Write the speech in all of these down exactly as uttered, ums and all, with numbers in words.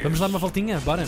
Vamos dar uma voltinha? Bora?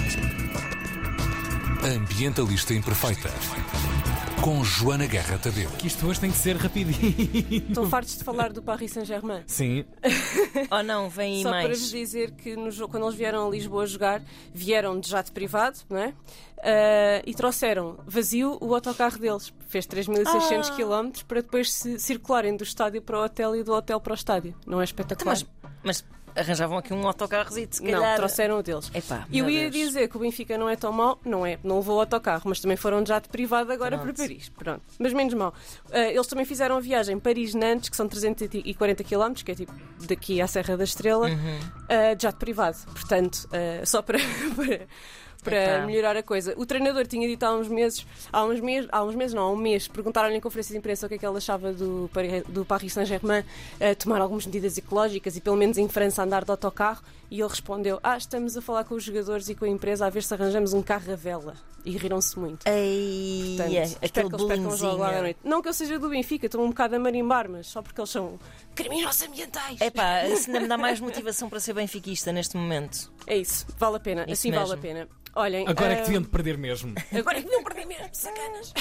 Ambientalista Imperfeita, com Joana Guerra Tadeu. Que isto hoje tem que ser rapidinho. Estão fartos de falar do Paris Saint-Germain? Sim. Oh não, vem aí Só mais. para vos dizer que no jogo, quando eles vieram a Lisboa jogar, vieram de jato privado, não é? Uh, e trouxeram vazio o autocarro deles. Fez três mil e seiscentos Ah. quilómetros para depois se circularem do estádio para o hotel e do hotel para o estádio. Não é espetacular? Mas, mas arranjavam aqui um autocarrozito, se Não, calhar. trouxeram o deles. Epá, E eu meu ia Deus. dizer que o Benfica não é tão mau, não é, não levou o autocarro, mas também foram de jato privado agora Pronto. para Paris. Pronto. Mas menos mau. Uh, eles também fizeram a viagem Paris-Nantes, que são trezentos e quarenta quilómetros, que é tipo daqui à Serra da Estrela, Uhum. uh, de jato privado. Portanto, uh, só para, para, para Epá. melhorar a coisa. O treinador tinha dito há uns meses, há uns meses, há uns meses não, há um mês, perguntaram-lhe em conferência de imprensa o que é que ele achava do, Paris- do Paris Saint-Germain uh, tomar algumas medidas ecológicas e pelo menos em França andar de autocarro. E ele respondeu: Ah, estamos a falar com os jogadores e com a empresa a ver se arranjamos um carro a vela. E riram-se muito. Ei, Portanto, é, espero aquele que eles percam o jogo lá da bullyingzinho. noite. Não que eu seja do Benfica, estou um bocado a marimbar, mas só porque eles são criminosos ambientais. É pá, isso ainda me dá mais motivação para ser benfiquista neste momento. É isso, vale a pena. Isso assim mesmo. vale a pena. Olhem, Agora é ah, que deviam de perder mesmo. Agora é que deviam perder mesmo, sacanas.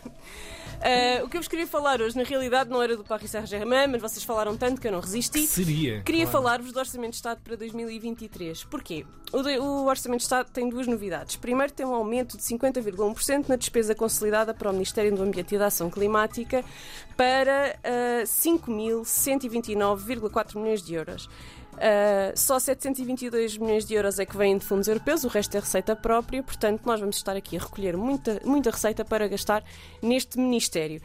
Ah, o que eu vos queria falar hoje, na realidade, não era do Paris Saint-Germain, mas vocês falaram tanto que eu não resisti. Seria. Queria Claro. falar-vos do Orçamento de Estado para dois mil e vinte e três. Porquê? O, de- o Orçamento de Estado tem duas novidades. Primeiro, tem um aumento de cinquenta vírgula um por cento na despesa consolidada para o Ministério do Ambiente e da Ação Climática para ah, cinco mil cento e vinte e nove vírgula quatro milhões de euros. Uh, só setecentos e vinte e dois milhões de euros é que vêm de fundos europeus, o resto é receita própria, portanto nós vamos estar aqui a recolher muita, muita receita para gastar neste Ministério.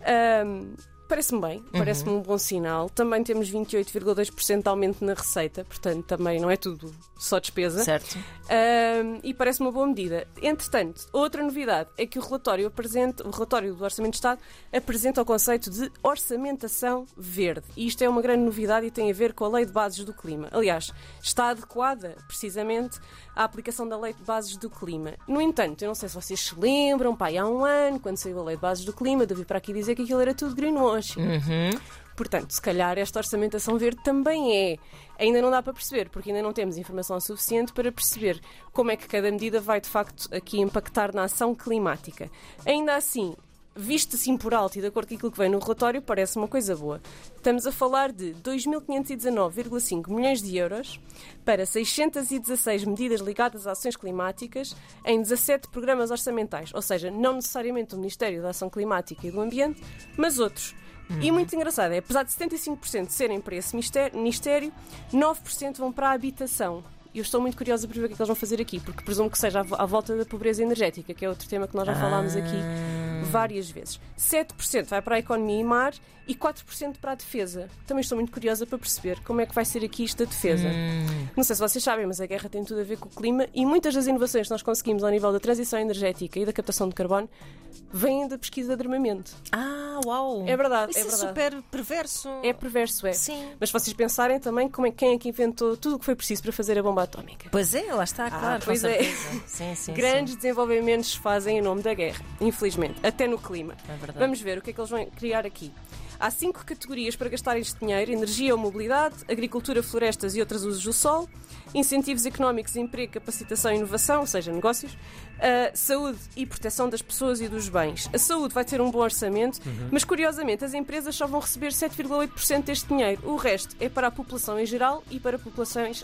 Um, Parece-me bem, parece-me um bom sinal. Também temos vinte e oito vírgula dois por cento de aumento na receita, portanto também não é tudo só despesa. Certo? Um, e parece uma boa medida. Entretanto, outra novidade é que o relatório, apresenta, o relatório do Orçamento de Estado apresenta o conceito de orçamentação verde. E isto é uma grande novidade e tem a ver com a Lei de Bases do Clima. Aliás, está adequada precisamente à aplicação da Lei de Bases do Clima. No entanto, eu não sei se vocês se lembram, pá, há um ano, quando saiu a Lei de Bases do Clima, devi para aqui dizer que aquilo era tudo greenwashing. Uhum. Portanto, se calhar esta orçamentação verde também é. Ainda não dá para perceber, porque ainda não temos informação suficiente para perceber como é que cada medida vai, de facto, aqui impactar na ação climática. Ainda assim, visto assim por alto e de acordo com aquilo que vem no relatório, parece uma coisa boa. Estamos a falar de dois mil quinhentos e dezanove vírgula cinco milhões de euros para seiscentas e dezasseis medidas ligadas a ações climáticas em dezassete programas orçamentais. Ou seja, não necessariamente o Ministério da Ação Climática e do Ambiente, mas outros. E muito engraçado é, apesar de setenta e cinco por cento serem para esse ministério, nove por cento vão para a habitação. E eu estou muito curiosa para ver o que é que eles vão fazer aqui, porque presumo que seja à volta da pobreza energética, que é outro tema que nós já falámos aqui várias vezes. sete por cento vai para a economia e mar e quatro por cento para a defesa. Também estou muito curiosa para perceber como é que vai ser aqui isto da defesa. Hum. Não sei se vocês sabem, mas a guerra tem tudo a ver com o clima e muitas das inovações que nós conseguimos ao nível da transição energética e da captação de carbono vêm da pesquisa de armamento. Ah, uau! É verdade, Isso é é, verdade. super perverso. É perverso, é. Sim. Mas se vocês pensarem também como é, quem é que inventou tudo o que foi preciso para fazer a bomba atómica. Pois é, lá está, claro. pois com é. certeza. Sim, sim, Grandes sim. desenvolvimentos se fazem em nome da guerra, infelizmente, até no clima. É verdade. Vamos ver o que é que eles vão criar aqui. Há cinco categorias para gastar este dinheiro: energia ou mobilidade, agricultura, florestas e outros usos do solo, incentivos económicos, emprego, capacitação e inovação, ou seja, negócios, uh, saúde e proteção das pessoas e dos bens. A saúde vai ter um bom orçamento, Uhum. mas curiosamente as empresas só vão receber sete vírgula oito por cento deste dinheiro. O resto é para a população em geral e para populações uh,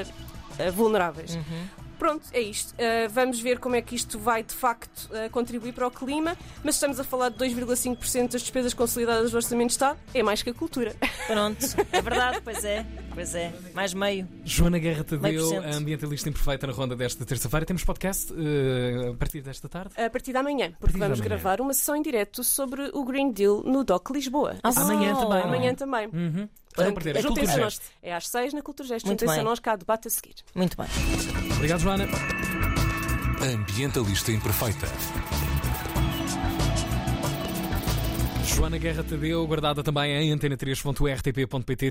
uh, vulneráveis. Uhum. Pronto, é isto. Uh, vamos ver como é que isto vai, de facto, uh, contribuir para o clima, mas estamos a falar de dois vírgula cinco por cento das despesas consolidadas do Orçamento de Estado. É mais que a cultura. Pronto, é verdade, pois é, pois é. Mais meio. Joana Guerra Tadeu, Meio por cento. a ambientalista imperfeita na ronda desta terça-feira. Temos podcast uh, a partir desta tarde. A partir da manhã, porque partir da vamos manhã. gravar uma sessão em direto sobre o Green Deal no D O C Lisboa. Ah, Amanhã também, não é? Amanhã também. Uhum. Para não perder. É A Juntem-se Cultura a nós. Gesto. É às seis na Cultura Gesto. Muito Juntem-se a bem. nós cá, debate a seguir. Muito bem. Obrigado, Joana. Ambientalista Imperfeita. Joana Guerra Tadeu, guardada também em antena três ponto r t p ponto p t.